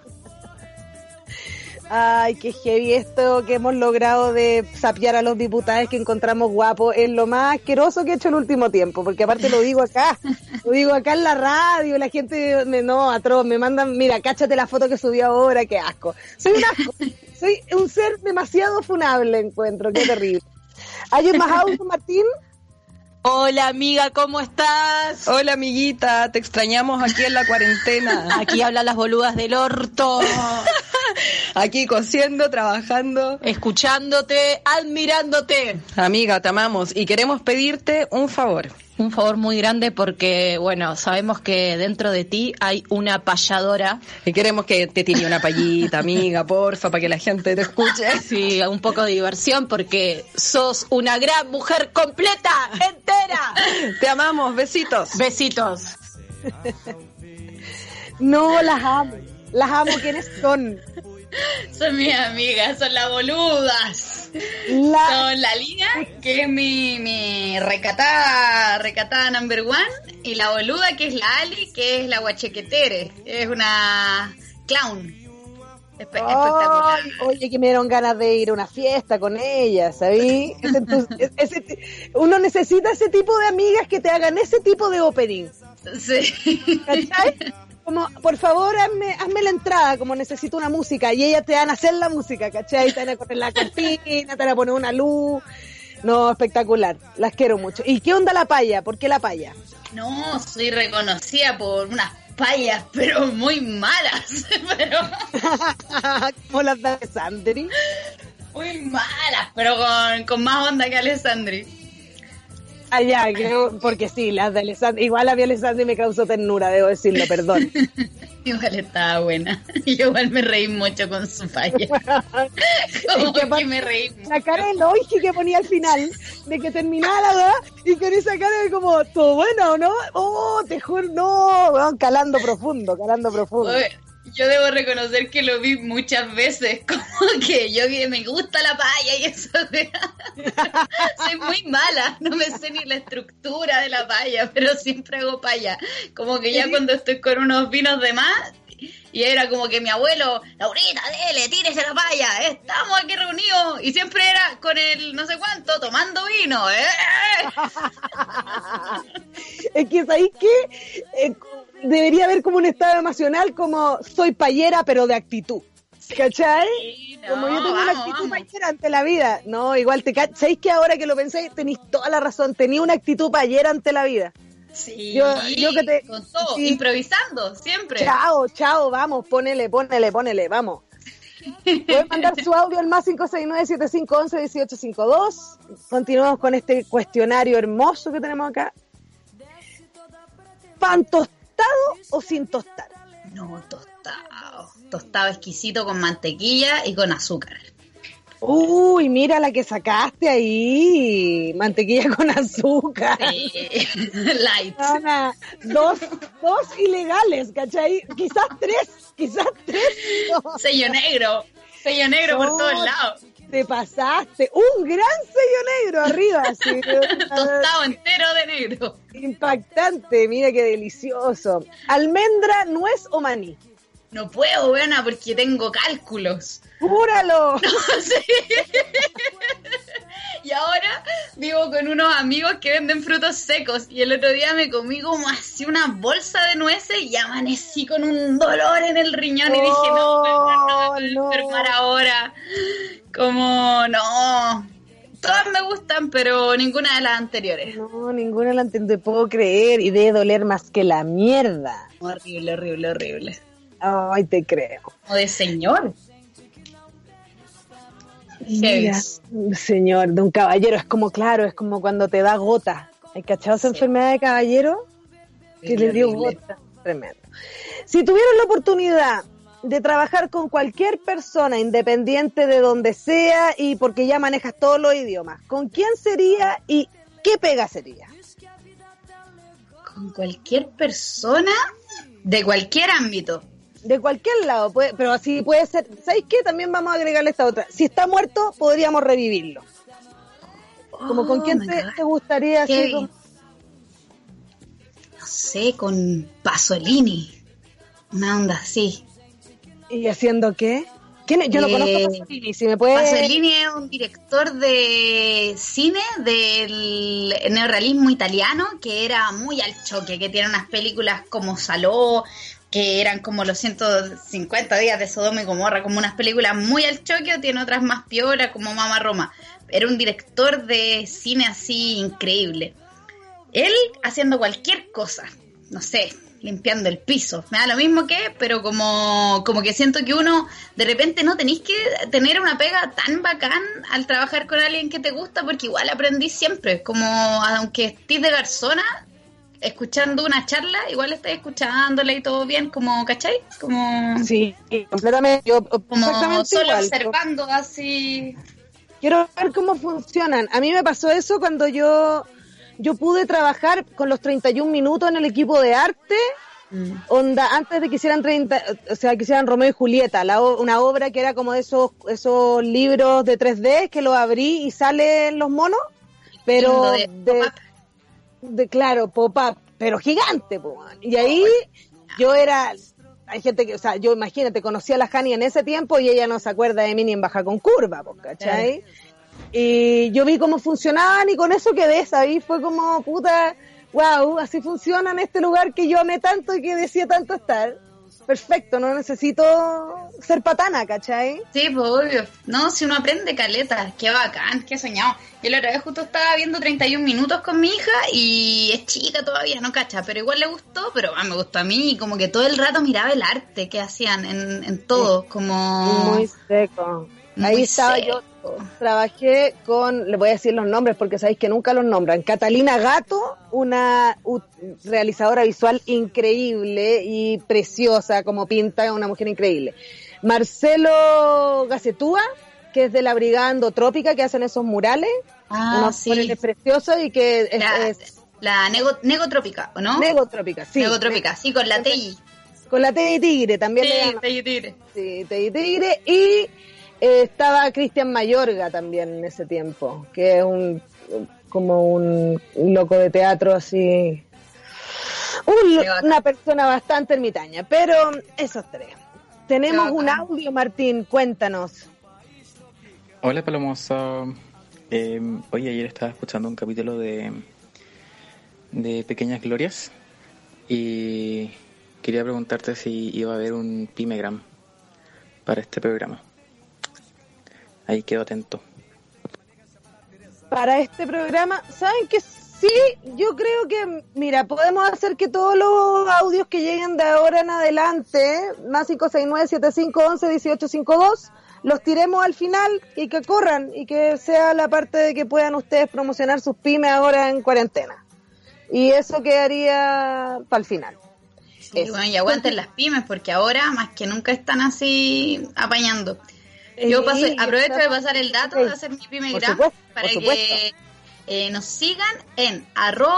Ay, qué heavy esto que hemos logrado de sapear a los diputados que encontramos guapos. Es lo más asqueroso que he hecho el último tiempo, porque aparte lo digo acá en la radio, la gente me mandan, mira, cáchate la foto que subió ahora, qué asco. Soy un asco, soy un ser demasiado funable, encuentro, qué terrible. ¿Hay más audio, Martín? Hola amiga, ¿cómo estás? Hola amiguita, te extrañamos aquí en la cuarentena. Aquí hablan las boludas del orto. Aquí cosiendo, trabajando, escuchándote, admirándote. Amiga, te amamos y queremos pedirte un favor. Un favor muy grande porque, bueno, sabemos que dentro de ti hay una payadora. Y queremos que te tire una payita, amiga, porfa, para que la gente te escuche. Sí, un poco de diversión porque sos una gran mujer completa, entera. Te amamos, besitos. Besitos. No, las amo, ¿quiénes son? Son mis amigas, son las boludas. Son la Lina, que es mi recatada number one, y la boluda, que es la Ali, que es la guachequetere, es una clown. Espectacular. Oye, que me dieron ganas de ir a una fiesta con ella, ¿sabí? Uno necesita ese tipo de amigas que te hagan ese tipo de opening. Sí. ¿Cachai? Como, por favor, hazme la entrada, como necesito una música, y ellas te van a hacer la música, ¿cachai? Te van a poner la cortina, te van a poner una luz. No, espectacular, las quiero mucho. ¿Y qué onda la paya? ¿Por qué la paya? No, soy reconocida por unas payas, pero muy malas, pero... ¿Como las de Alessandri? Muy malas, pero con más onda que Alessandri. Allá, creo, porque sí, las de Alessandri, igual a mí Alessandri me causó ternura, debo decirlo, perdón. Igual estaba buena. Y igual me reí mucho con su falla. Como que me reí mucho. La cara de Loigi que ponía al final, de que terminaba la verdad, y con esa cara de como, ¿todo bueno o no? Oh, te juro, no, calando profundo. Oye, yo debo reconocer que lo vi muchas veces, como que yo que me gusta la paya y eso. Soy muy mala, no me sé ni la estructura de la paya, pero siempre hago paya. Como que ya cuando estoy con unos vinos de más, y era como que mi abuelo, Laurita, dele, tírese la paya, estamos aquí reunidos, y siempre era con el no sé cuánto, tomando vino, Es que, ¿sabéis qué? Debería haber como un estado emocional como soy payera pero de actitud, ¿cachai? Sí, no, como yo tengo una actitud payera ante la vida. No, igual ¿sabéis que ahora que lo pensáis tenéis toda la razón, tenía una actitud payera ante la vida. Sí, yo que con todo, sí. Improvisando, siempre. Chao, vamos, ponele, vamos. Pueden mandar su audio al más 569-7511-1852. Continuamos con este cuestionario hermoso que tenemos acá. ¿Pan tostado o sin tostar? No, tostado. Tostado exquisito con mantequilla y con azúcar. Uy, mira la que sacaste ahí. Mantequilla con azúcar. Sí, light. Dos ilegales, ¿cachai? Quizás tres. No. Sello negro por todos lados. Te pasaste. Un gran sello negro arriba. Sí. Tostado entero de negro. Impactante, mira qué delicioso. ¿Almendra, nuez o maní? No puedo, buena, porque tengo cálculos. ¡Júralo! No, sí. Y ahora vivo con unos amigos que venden frutos secos. Y el otro día me comí como así una bolsa de nueces y amanecí con un dolor en el riñón. Y dije, no me voy a enfermar ahora. Como, no. Todas me gustan, pero ninguna de las anteriores. No, ninguna de las anteriores, te puedo creer. Y debe doler más que la mierda. Horrible. Ay, te creo. O de señor. Mira, señor, de un caballero, es como cuando te da gota. ¿Hay cachado esa enfermedad de caballero? Que le dio gota. Tremendo. Si tuvieran la oportunidad de trabajar con cualquier persona, independiente de donde sea, y porque ya manejas todos los idiomas, ¿con quién sería y qué pega sería? Con cualquier persona de cualquier ámbito. De cualquier lado, pero así puede ser. ¿Sabéis qué? También vamos a agregarle esta otra. Si está muerto, podríamos revivirlo. Como con quién te gustaría así. No sé, con Pasolini. Una onda así. ¿Y haciendo qué? ¿Quién es? Yo no conozco a Pasolini. Si me puede... Pasolini es un director de cine del neorrealismo italiano que era muy al choque, que tiene unas películas como Saló, que eran como los 150 días de Sodoma y Gomorra, como unas películas muy al choque, o tiene otras más piola, como Mama Roma. Era un director de cine así increíble. Él haciendo cualquier cosa, no sé, limpiando el piso, me da lo mismo que, pero como que siento que uno, de repente no tenéis que tener una pega tan bacán al trabajar con alguien que te gusta, porque igual aprendí siempre, como aunque estés de garzona, escuchando una charla, igual estás escuchándola y todo bien, como, ¿cachai? Como... Sí, completamente. Yo, como solo igual, observando como... así. Quiero ver cómo funcionan. A mí me pasó eso cuando yo pude trabajar con los 31 minutos en el equipo de arte Onda, antes de que hicieran que hicieran Romeo y Julieta, una obra que era como de esos libros de 3D que lo abrí y salen los monos, pero claro, pop-up, pero gigante, y ahí hay gente que, o sea, yo imagínate, conocí a la Jani en ese tiempo y ella no se acuerda de mí ni en Baja con Curva, ¿cachai? Y yo vi cómo funcionaban y con eso quedé, ¿sabes? Fue como, puta, wow, así funciona en este lugar que yo amé tanto y que decía tanto estar. Perfecto, no necesito ser patana, ¿cachai? Sí, pues obvio. No, si uno aprende caleta, qué bacán, qué soñado. Yo la otra vez justo estaba viendo 31 minutos con mi hija y es chica todavía, no cacha, pero igual le gustó, pero me gustó a mí, como que todo el rato miraba el arte que hacían en todo, como... Muy seco. Ahí estaba yo, trabajé con, le voy a decir los nombres porque sabéis que nunca los nombran, Catalina Gato, una realizadora visual increíble y preciosa, como pinta, una mujer increíble. Marcelo Gacetúa, que es de la Brigada Endotrópica, que hacen esos murales, unos murales preciosos y que la Negotrópica, ¿o no? Negotrópica, sí. Negotrópica, sí, con la Tei. Con la Tei Tigre, también. Sí, Tei Tigre. Sí, Tei Tigre y... estaba Cristian Mayorga también en ese tiempo, que es como un loco de teatro así, una persona bastante ermitaña, pero esos tres. Tenemos un audio, Martín, cuéntanos. Hola Palomosa, hoy ayer estaba escuchando un capítulo de Pequeñas Glorias y quería preguntarte si iba a haber un Pymegram para este programa. Ahí quedo atento. Para este programa, ¿saben que sí? Yo creo que, mira, podemos hacer que todos los audios que lleguen de ahora en adelante, más 569-7511-1852, los tiremos al final y que corran y que sea la parte de que puedan ustedes promocionar sus pymes ahora en cuarentena. Y eso quedaría para el final. Sí, bueno, y aguanten las pymes porque ahora más que nunca están así apañando. Yo aprovecho de pasar el dato de hacer mi Pymegram para que nos sigan en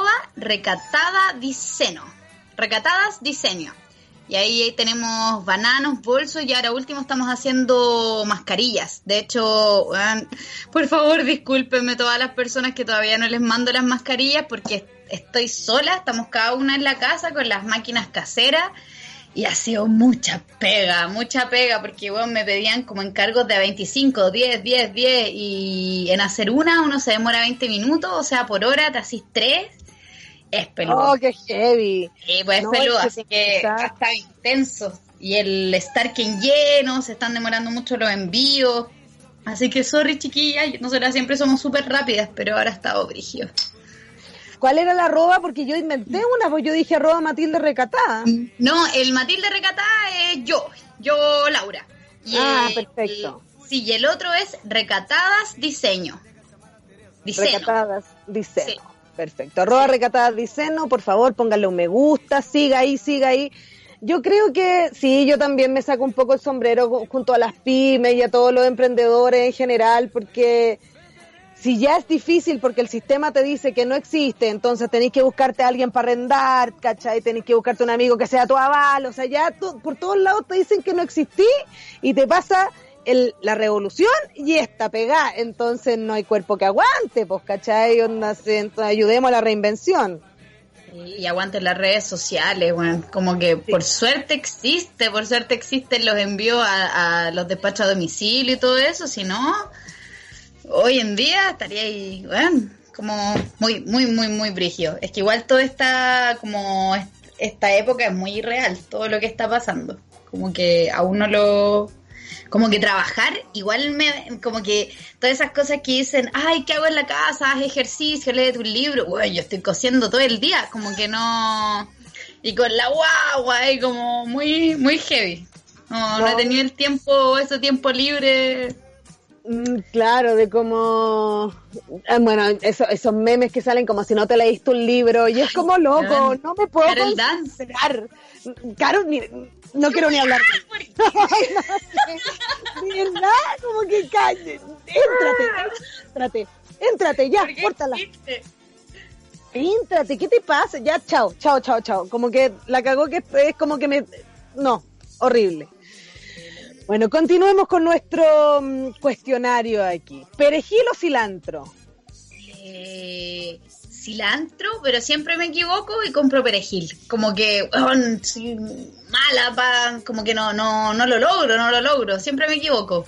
@recatadadiseño. Recatadas Diseño. Y ahí tenemos bananos, bolsos y ahora último estamos haciendo mascarillas. De hecho, por favor discúlpenme todas las personas que todavía no les mando las mascarillas porque estoy sola, estamos cada una en la casa con las máquinas caseras. Y ha sido mucha pega, porque bueno, me pedían como encargos de 25, 10, y en hacer uno se demora 20 minutos, o sea, por hora te haces 3, es peludo. ¡Oh, qué heavy! Sí, pues es peludo, así que está intenso. Y el Starken lleno, se están demorando mucho los envíos, así que sorry chiquillas, nosotras siempre somos súper rápidas, pero ahora está brígido. ¿Cuál era la @ Porque yo inventé una, pues yo dije @Matilde Recatada. No, el Matilde Recatada es yo Laura. Y perfecto. Sí, y el otro es Recatadas Diseño. Recatadas Diseño. Sí. Perfecto. @Recatadas Diseño, por favor, pónganle un me gusta, siga ahí. Yo creo que sí, yo también me saco un poco el sombrero junto a las pymes y a todos los emprendedores en general, porque... si ya es difícil porque el sistema te dice que no existe, entonces tenés que buscarte a alguien para arrendar, ¿cachai? Tenés que buscarte un amigo que sea tu aval, o sea, ya por todos lados te dicen que no existís y te pasa la revolución y esta pegada, entonces no hay cuerpo que aguante, pues, ¿cachai? Entonces ayudemos a la reinvención. Y aguanten las redes sociales, bueno, como que por suerte existen los envíos a los despachos a domicilio y todo eso, si no... hoy en día estaría ahí, bueno, como muy brígido. Es que igual todo está como esta época es muy irreal, todo lo que está pasando. Como que a uno como que trabajar, igual como que todas esas cosas que dicen, ay, ¿qué hago en la casa? Haz ejercicio, léete un libro. Bueno, yo estoy cosiendo todo el día, como que no... y con la guagua, y como muy heavy. No he tenido el tiempo libre... Claro, de como... bueno, esos memes que salen como si no te leíste un libro y es como loco, no me puedo concentrar. Caro, no quiero ni hablar. De verdad, como que éntrate, ya, córtala. Céntrate, ¿qué te pasa? Ya, chao. Como que la cagó, que es como que no, horrible. Bueno, continuemos con nuestro cuestionario aquí. ¿Perejil o cilantro? Cilantro, pero siempre me equivoco y compro perejil. Como que sí, mala, como que no lo logro. Siempre me equivoco.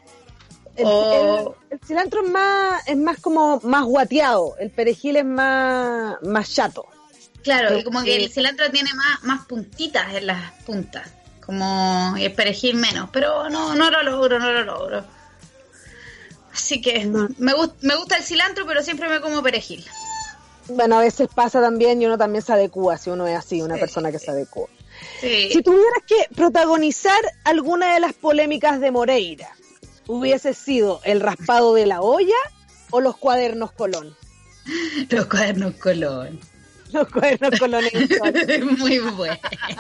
El cilantro es más como más guateado. El perejil es más chato. Claro, y como que el cilantro tiene más puntitas en las puntas. Como y el perejil menos, pero no lo logro. Así que me gusta el cilantro, pero siempre me como perejil. Bueno, a veces pasa también y uno también se adecua, si uno es así, una persona que se adecua. Sí. Si tuvieras que protagonizar alguna de las polémicas de Moreira, ¿hubiese sido el raspado de la olla o los cuadernos Colón? Los cuadernos Colón. Los cuadernos Colón es muy bueno.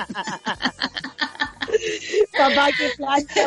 Papá que plancha.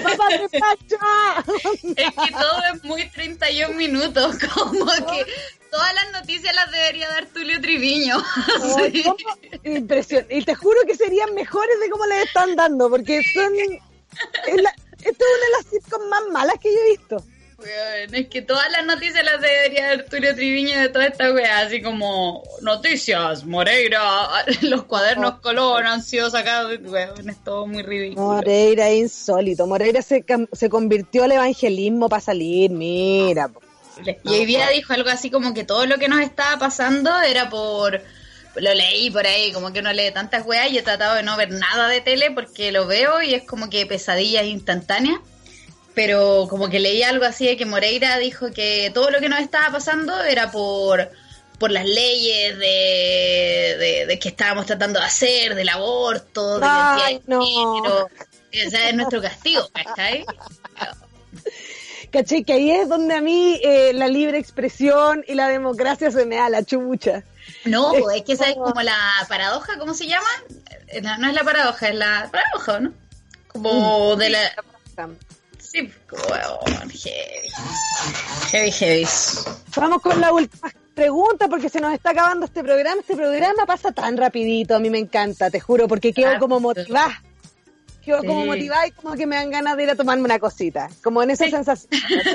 Es que todo es muy 31 minutos, como que todas las noticias las debería dar Tulio Triviño. Sí. Impresión. Y te juro que serían mejores de cómo les están dando, porque esta es una de las sitcoms más malas que yo he visto. Bueno, es que todas las noticias las debería dar Tulio Triviño de toda esta wea, así como noticias, Moreira, los cuadernos Colón han sido sacados, weón, es todo muy ridículo. Moreira es insólito, Moreira se convirtió al evangelismo para salir, mira. Y hoy día dijo algo así como que todo lo que nos estaba pasando era lo leí por ahí, como que uno lee tantas weas y he tratado de no ver nada de tele porque lo veo y es como que pesadillas instantáneas. Pero como que leí algo así de que Moreira dijo que todo lo que nos estaba pasando era por las leyes de que estábamos tratando de hacer, del aborto, de la identidad de género. O sea, es nuestro castigo, ¿cachai? ¿Cachai? Que ahí es donde a mí la libre expresión y la democracia se me da la chucha. No, es que esa es como la paradoja, ¿cómo se llama? No es la paradoja, es la paradoja, ¿no? Como de la... Sí, bueno, heavy. Vamos con la última pregunta porque se nos está acabando este programa. Este programa pasa tan rapidito, a mí me encanta, te juro, porque quedo como motivada. Como motivada y como que me dan ganas de ir a tomarme una cosita. Como en esa sensación.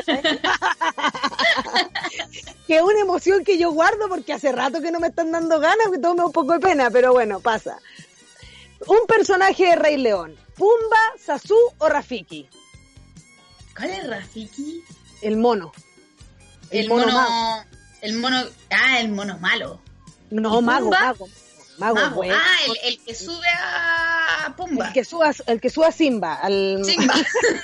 Que es una emoción que yo guardo porque hace rato que no me están dando ganas, que todo me da un poco de pena, pero bueno, pasa. Un personaje de Rey León, Pumba, Sasú o Rafiki. ¿Cuál es Rafiki? El mono. El mono malo. No, mago. Bueno. El que sube a Pumba. El que suba a Simba. Simba.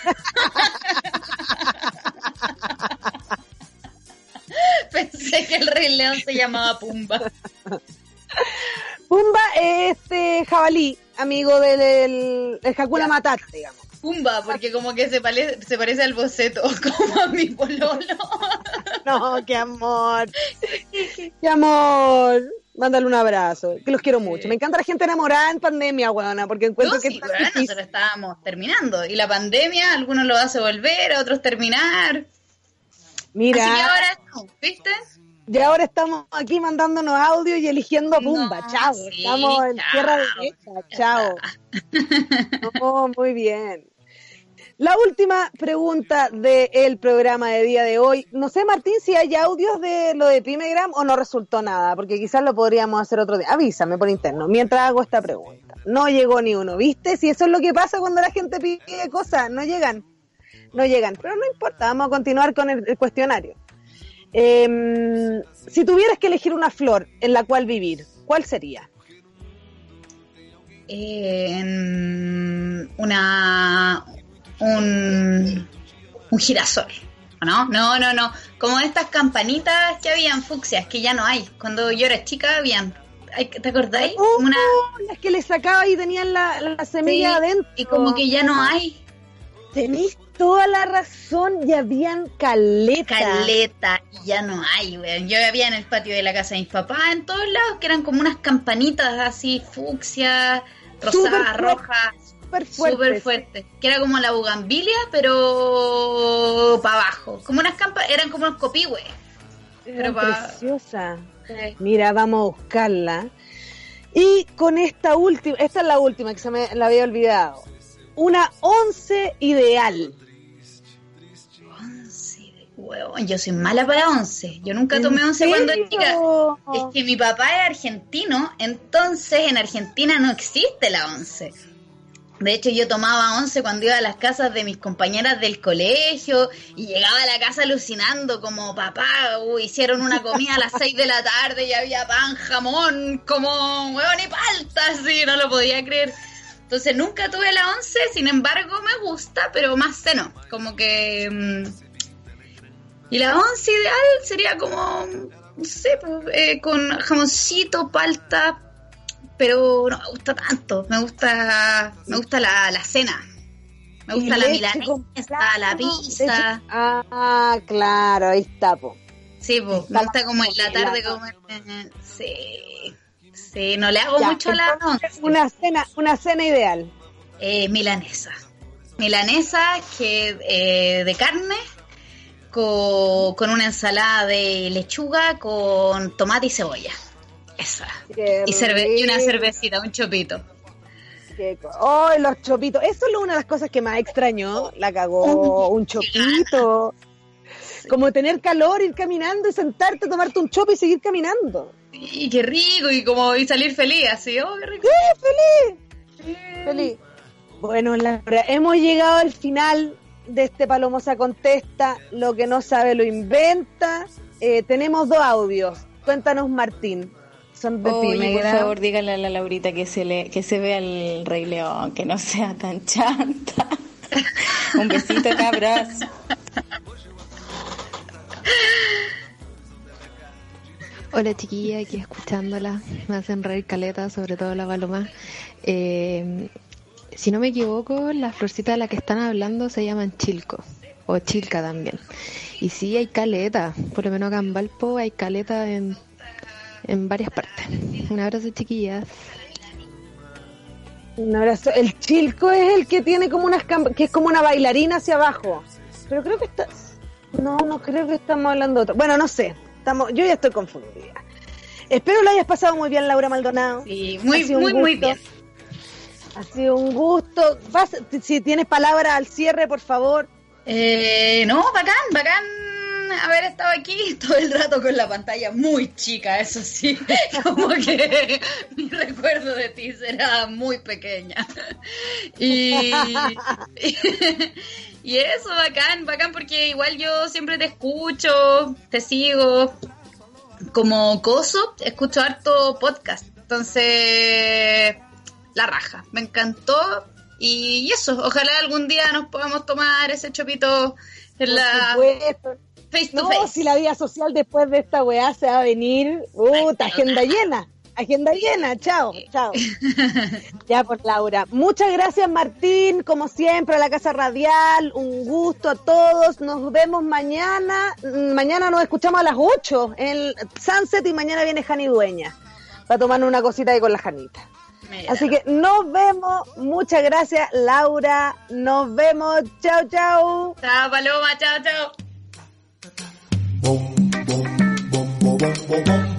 Pensé que el Rey León se llamaba Pumba. Pumba es jabalí, amigo del Hakuna Matata, digamos. Pumba, porque como que se parece al boceto, como a mi pololo. No, qué amor. Qué amor. Mándale un abrazo, que los quiero mucho. Me encanta la gente enamorada en pandemia, weona, porque encuentro que... nosotros estábamos terminando, y la pandemia, algunos lo hace volver, a otros terminar. Mira. Así que ahora no, ¿viste? Y ahora estamos aquí mandándonos audio y eligiendo a Pumba. Chao, estamos en tierra derecha. Chao. No, muy bien. La última pregunta del programa de día de hoy. No sé, Martín, si hay audios de lo de Pimegram o no resultó nada, porque quizás lo podríamos hacer otro día. Avísame por interno, mientras hago esta pregunta. No llegó ni uno, ¿viste? Si eso es lo que pasa cuando la gente pide cosas, no llegan. Pero no importa, vamos a continuar con el cuestionario. Si tuvieras que elegir una flor en la cual vivir, ¿cuál sería? Un girasol, ¿no? No, como estas campanitas que habían fucsias, que ya no hay. Cuando yo era chica habían, ¿te acordáis? Las que le sacaba y tenían la semilla adentro. Y como que ya no hay. Tenís toda la razón, ya habían caleta, y ya no hay, weón. Yo había en el patio de la casa de mis papás, en todos lados, que eran como unas campanitas así, fucsia, rosada, roja, súper fuerte, que era como la bugambilia, pero para abajo, como unas eran como unos copihue. Pero preciosa. Mira, vamos a buscarla. Y con esta es la última que se me la había olvidado. Una 11 ideal. 11, huevón, yo soy mala para 11. Yo nunca tomé 11 cuando era chica. Es que mi papá es argentino, entonces en Argentina no existe la 11. De hecho, yo tomaba 11 cuando iba a las casas de mis compañeras del colegio y llegaba a la casa alucinando como, papá, hicieron una comida a las 6 de la tarde y había pan, jamón, como huevón y palta, así, no lo podía creer. Entonces nunca tuve la 11, sin embargo me gusta, pero más seno, como que... Y la 11 ideal sería como, no sé, con jamoncito, palta... Pero no me gusta tanto, me gusta la cena, me gusta la milanesa, la pizza. Claro, ahí está, po. Sí, po, me gusta como en la tarde comer, sí, no le hago mucho a la 11. Una cena ideal. Milanesa que de carne, con una ensalada de lechuga, con tomate y cebolla. Esa. Y una cervecita, un chopito. Los chopitos. Eso es una de las cosas que más extrañó. La cagó, un chopito. Como tener calor, ir caminando y sentarte, tomarte un chopo y seguir caminando. Sí, qué rico. Y salir feliz, así. Qué rico. Sí, feliz. Bueno, Laura, hemos llegado al final de este Palomosa Contesta. Lo que no sabe lo inventa. Tenemos 2 audios. Cuéntanos, Martín. Oye, por favor, dígale a la Laurita que se vea el Rey León, que no sea tan chanta. Un besito, cabras. Hola, chiquilla, aquí escuchándola. Me hacen reír caleta, sobre todo la Paloma. Si no me equivoco, las florcitas de las que están hablando se llaman chilco, o chilca también. Y sí, hay caleta, por lo menos acá en Valpo hay caleta en varias partes. Un abrazo, chiquillas. Un abrazo. El chilco es el que tiene como que es como una bailarina hacia abajo. Pero creo que no creo que estamos hablando de otro. Bueno, no sé. Yo ya estoy confundida. Espero lo hayas pasado muy bien, Laura Maldonado. Sí, muy bien. Ha sido un gusto. Si tienes palabra al cierre, por favor. No, bacán haber estado aquí todo el rato con la pantalla muy chica, eso sí, como que mi recuerdo de ti será muy pequeña. Y eso, bacán, porque igual yo siempre te escucho, te sigo, como coso, escucho harto podcast, entonces la raja, me encantó. Y eso, ojalá algún día nos podamos tomar ese chopito en la... Face to face. Si la vida social después de esta weá se va a venir, agenda llena, chao. Ya, por Laura. Muchas gracias, Martín, como siempre, a la Casa Radial, un gusto a todos, nos vemos mañana nos escuchamos a las 8 en el Sunset y mañana viene Jani Dueña, para tomarnos una cosita ahí con la Janita. Mira. Así que nos vemos, muchas gracias, Laura, nos vemos, chao. Chao, Paloma, chao. Bom, bom, bom, bom, bom, bom.